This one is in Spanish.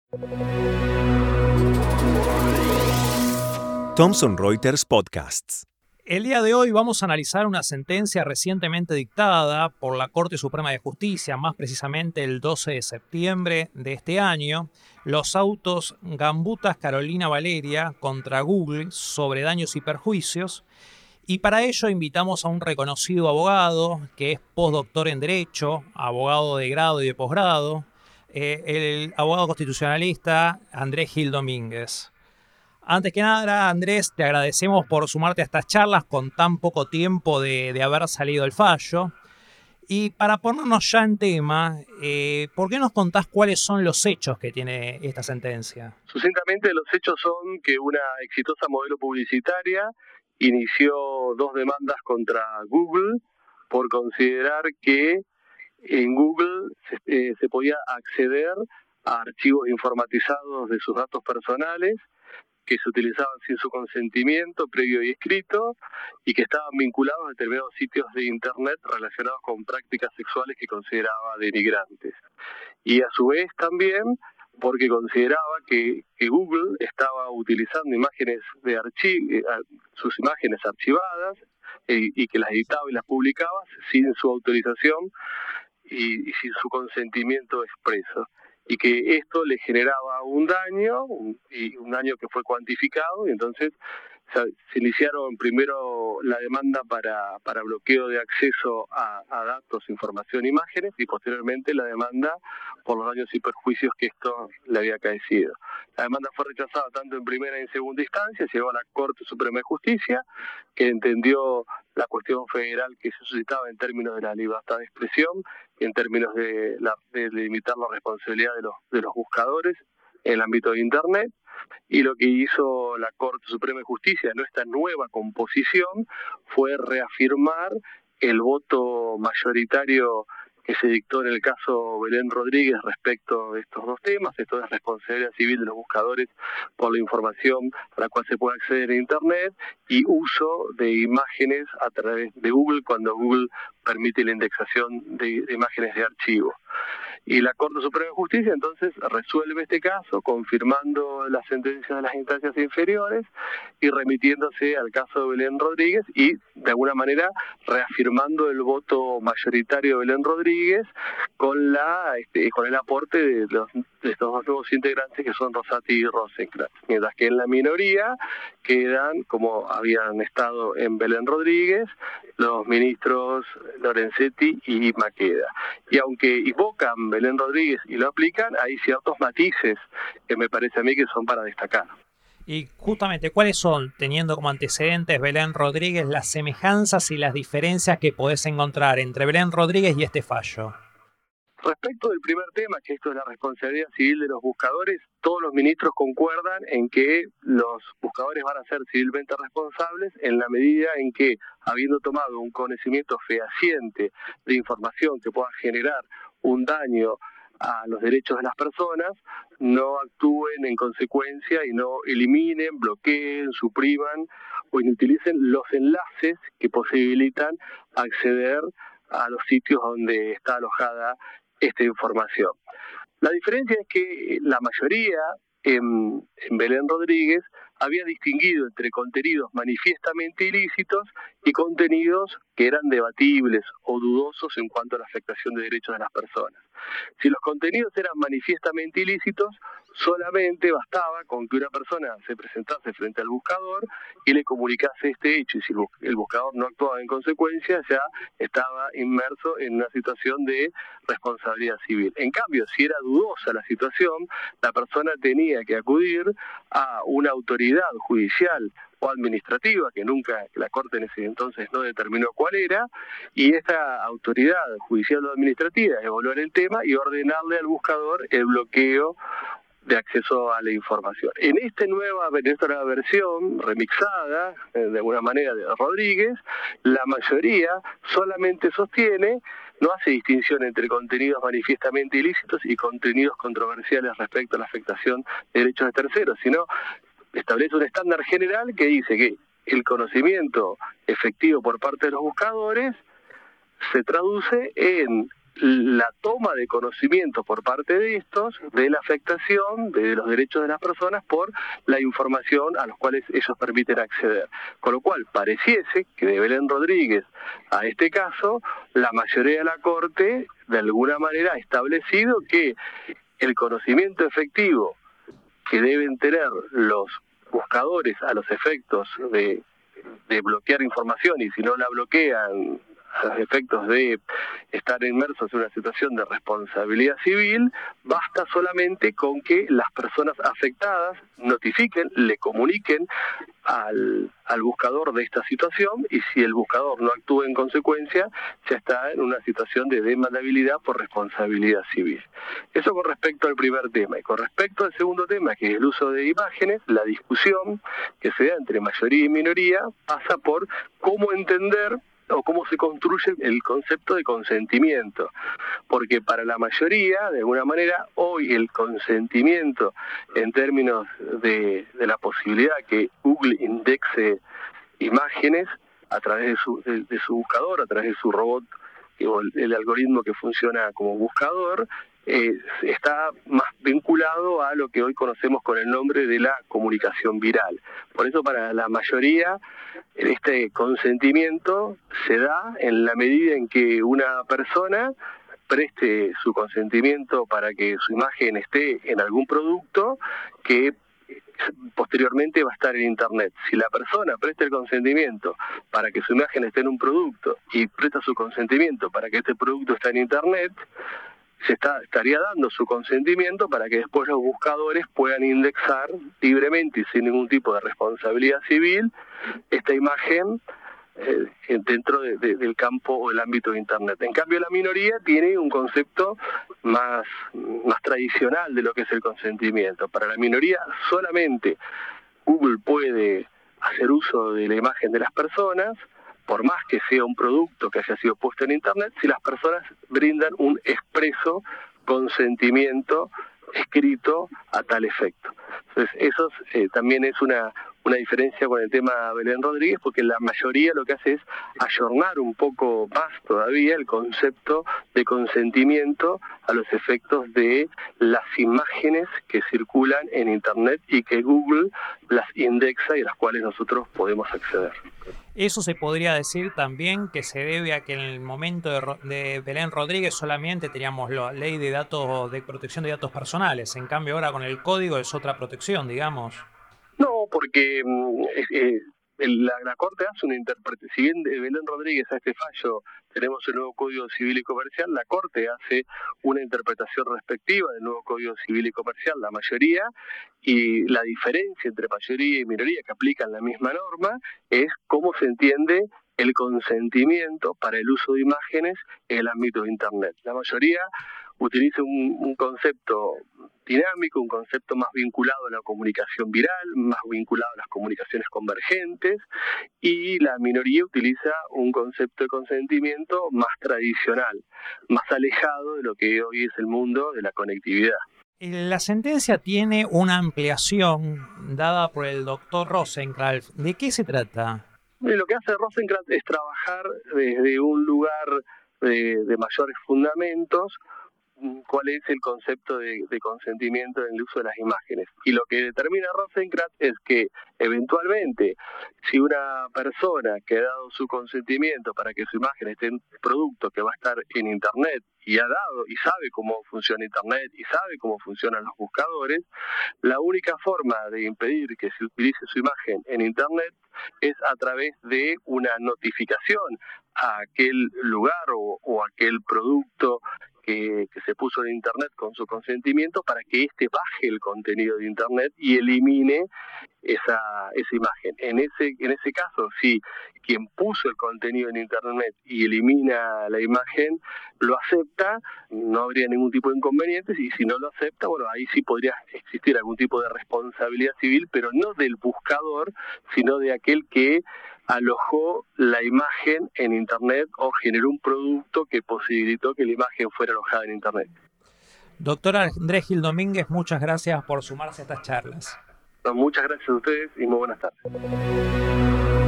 Thomson Reuters Podcasts. El día de hoy vamos a analizar una sentencia recientemente dictada por la Corte Suprema de Justicia, más precisamente el 12 de septiembre de este año, los autos Gambutas Carolina Valeria contra Google sobre daños y perjuicios. Y para ello invitamos a un reconocido abogado que es postdoctor en Derecho, abogado de grado y de posgrado, el abogado constitucionalista Andrés Gil Domínguez. Antes que nada, Andrés, te agradecemos por sumarte a estas charlas con tan poco tiempo de haber salido el fallo. Y para ponernos ya en tema, ¿por qué nos contás cuáles son los hechos que tiene esta sentencia? Sucintamente, los hechos son que una exitosa modelo publicitaria inició 2 demandas contra Google por considerar que en Google se podía acceder a archivos informatizados de sus datos personales que se utilizaban sin su consentimiento previo y escrito y que estaban vinculados a determinados sitios de Internet relacionados con prácticas sexuales que consideraba denigrantes. Y a su vez también porque consideraba que Google estaba utilizando imágenes de sus imágenes archivadas y que las editaba y las publicaba sin su autorización y sin su consentimiento expreso. Y que esto le generaba un daño, un daño que fue cuantificado, y entonces se iniciaron primero la demanda para bloqueo de acceso a datos, información, imágenes, y posteriormente la demanda por los daños y perjuicios que esto le había acaecido. La demanda fue rechazada tanto en primera y en segunda instancia, llegó a la Corte Suprema de Justicia, que entendió la cuestión federal que se suscitaba en términos de la libertad de expresión, en términos de limitar la responsabilidad de los buscadores en el ámbito de Internet, y lo que hizo la Corte Suprema de Justicia en esta nueva composición fue reafirmar el voto mayoritario que se dictó en el caso Belén Rodríguez respecto de estos 2 temas. Esto es responsabilidad civil de los buscadores por la información a la cual se puede acceder en Internet y uso de imágenes a través de Google cuando Google permite la indexación de imágenes de archivo. Y la Corte Suprema de Justicia entonces resuelve este caso confirmando la sentencia de las instancias inferiores y remitiéndose al caso de Belén Rodríguez y de alguna manera reafirmando el voto mayoritario de Belén Rodríguez con el aporte de estos 2 nuevos integrantes que son Rosati y Rosenkrantz, mientras que en la minoría quedan, como habían estado en Belén Rodríguez, los ministros Lorenzetti y Maqueda. Y aunque invocan Belén Rodríguez y lo aplican, hay ciertos matices que me parece a mí que son para destacar. Y justamente, ¿cuáles son, teniendo como antecedentes Belén Rodríguez, las semejanzas y las diferencias que podés encontrar entre Belén Rodríguez y este fallo? Respecto del primer tema, que esto es la responsabilidad civil de los buscadores, todos los ministros concuerdan en que los buscadores van a ser civilmente responsables en la medida en que, habiendo tomado un conocimiento fehaciente de información que pueda generar un daño a los derechos de las personas, no actúen en consecuencia y no eliminen, bloqueen, supriman o inutilicen los enlaces que posibilitan acceder a los sitios donde está alojada esta información. La diferencia es que la mayoría en Belén Rodríguez había distinguido entre contenidos manifiestamente ilícitos y contenidos que eran debatibles o dudosos en cuanto a la afectación de derechos de las personas. Si los contenidos eran manifiestamente ilícitos, solamente bastaba con que una persona se presentase frente al buscador y le comunicase este hecho, y si el buscador no actuaba en consecuencia, ya estaba inmerso en una situación de responsabilidad civil. En cambio, si era dudosa la situación, la persona tenía que acudir a una autoridad judicial o administrativa, que la Corte en ese entonces no determinó cuál era, y esta autoridad judicial o administrativa evaluar el tema y ordenarle al buscador el bloqueo de acceso a la información. En esta nueva versión remixada, de alguna manera, de Rodríguez, la mayoría solamente sostiene, no hace distinción entre contenidos manifiestamente ilícitos y contenidos controversiales respecto a la afectación de derechos de terceros, sino establece un estándar general que dice que el conocimiento efectivo por parte de los buscadores se traduce en la toma de conocimiento por parte de estos de la afectación de los derechos de las personas por la información a los cuales ellos permiten acceder. Con lo cual, pareciese que de Belén Rodríguez a este caso, la mayoría de la Corte de alguna manera ha establecido que el conocimiento efectivo que deben tener los buscadores a los efectos de bloquear información, y si no la bloquean a los efectos de estar inmersos en una situación de responsabilidad civil, basta solamente con que las personas afectadas notifiquen, le comuniquen al buscador de esta situación, y si el buscador no actúa en consecuencia, ya está en una situación de demandabilidad por responsabilidad civil. Eso con respecto al primer tema. Y con respecto al segundo tema, que es el uso de imágenes, la discusión que se da entre mayoría y minoría pasa por cómo entender o cómo se construye el concepto de consentimiento, porque para la mayoría, de alguna manera, hoy el consentimiento en términos de la posibilidad que Google indexe imágenes a través de su buscador, a través de su robot, o el algoritmo que funciona como buscador, está más vinculado a lo que hoy conocemos con el nombre de la comunicación viral. Por eso para la mayoría este consentimiento se da en la medida en que una persona preste su consentimiento para que su imagen esté en algún producto que posteriormente va a estar en Internet. Si la persona presta el consentimiento para que su imagen esté en un producto y presta su consentimiento para que este producto esté en Internet, estaría dando su consentimiento para que después los buscadores puedan indexar libremente y sin ningún tipo de responsabilidad civil esta imagen dentro del campo o el ámbito de Internet. En cambio, la minoría tiene un concepto más tradicional de lo que es el consentimiento. Para la minoría solamente Google puede hacer uso de la imagen de las personas, por más que sea un producto que haya sido puesto en Internet, si las personas brindan un expreso consentimiento escrito a tal efecto. Entonces, eso también es una diferencia con el tema Belén Rodríguez, porque la mayoría lo que hace es ayornar un poco más todavía el concepto de consentimiento a los efectos de las imágenes que circulan en Internet y que Google las indexa y a las cuales nosotros podemos acceder. Eso se podría decir también que se debe a que en el momento de Belén Rodríguez solamente teníamos la ley de datos de protección de datos personales. En cambio ahora con el código es otra protección, digamos. No, porque la Corte hace una interpretación. Si bien Belén Rodríguez a este fallo tenemos el nuevo Código Civil y Comercial, la Corte hace una interpretación respectiva del nuevo Código Civil y Comercial, la mayoría, y la diferencia entre mayoría y minoría que aplican la misma norma es cómo se entiende el consentimiento para el uso de imágenes en el ámbito de Internet. La mayoría utiliza un concepto dinámico, un concepto más vinculado a la comunicación viral, más vinculado a las comunicaciones convergentes, y la minoría utiliza un concepto de consentimiento más tradicional, más alejado de lo que hoy es el mundo de la conectividad. La sentencia tiene una ampliación dada por el doctor Rosenkrantz. ¿De qué se trata? Lo que hace Rosenkrantz es trabajar desde un lugar de mayores fundamentos cuál es el concepto de consentimiento en el uso de las imágenes. Y lo que determina Rosenkrantz es que eventualmente, si una persona que ha dado su consentimiento para que su imagen esté en un producto que va a estar en Internet y ha dado y sabe cómo funciona Internet y sabe cómo funcionan los buscadores, la única forma de impedir que se utilice su imagen en Internet es a través de una notificación a aquel lugar o aquel producto que se puso en Internet con su consentimiento para que éste baje el contenido de Internet y elimine esa imagen. En ese caso, si quien puso el contenido en Internet y elimina la imagen lo acepta, no habría ningún tipo de inconvenientes, y si no lo acepta, bueno, ahí sí podría existir algún tipo de responsabilidad civil, pero no del buscador, sino de aquel que alojó la imagen en Internet o generó un producto que posibilitó que la imagen fuera alojada en Internet. Doctor Andrés Gil Domínguez, muchas gracias por sumarse a estas charlas. Muchas gracias a ustedes y muy buenas tardes.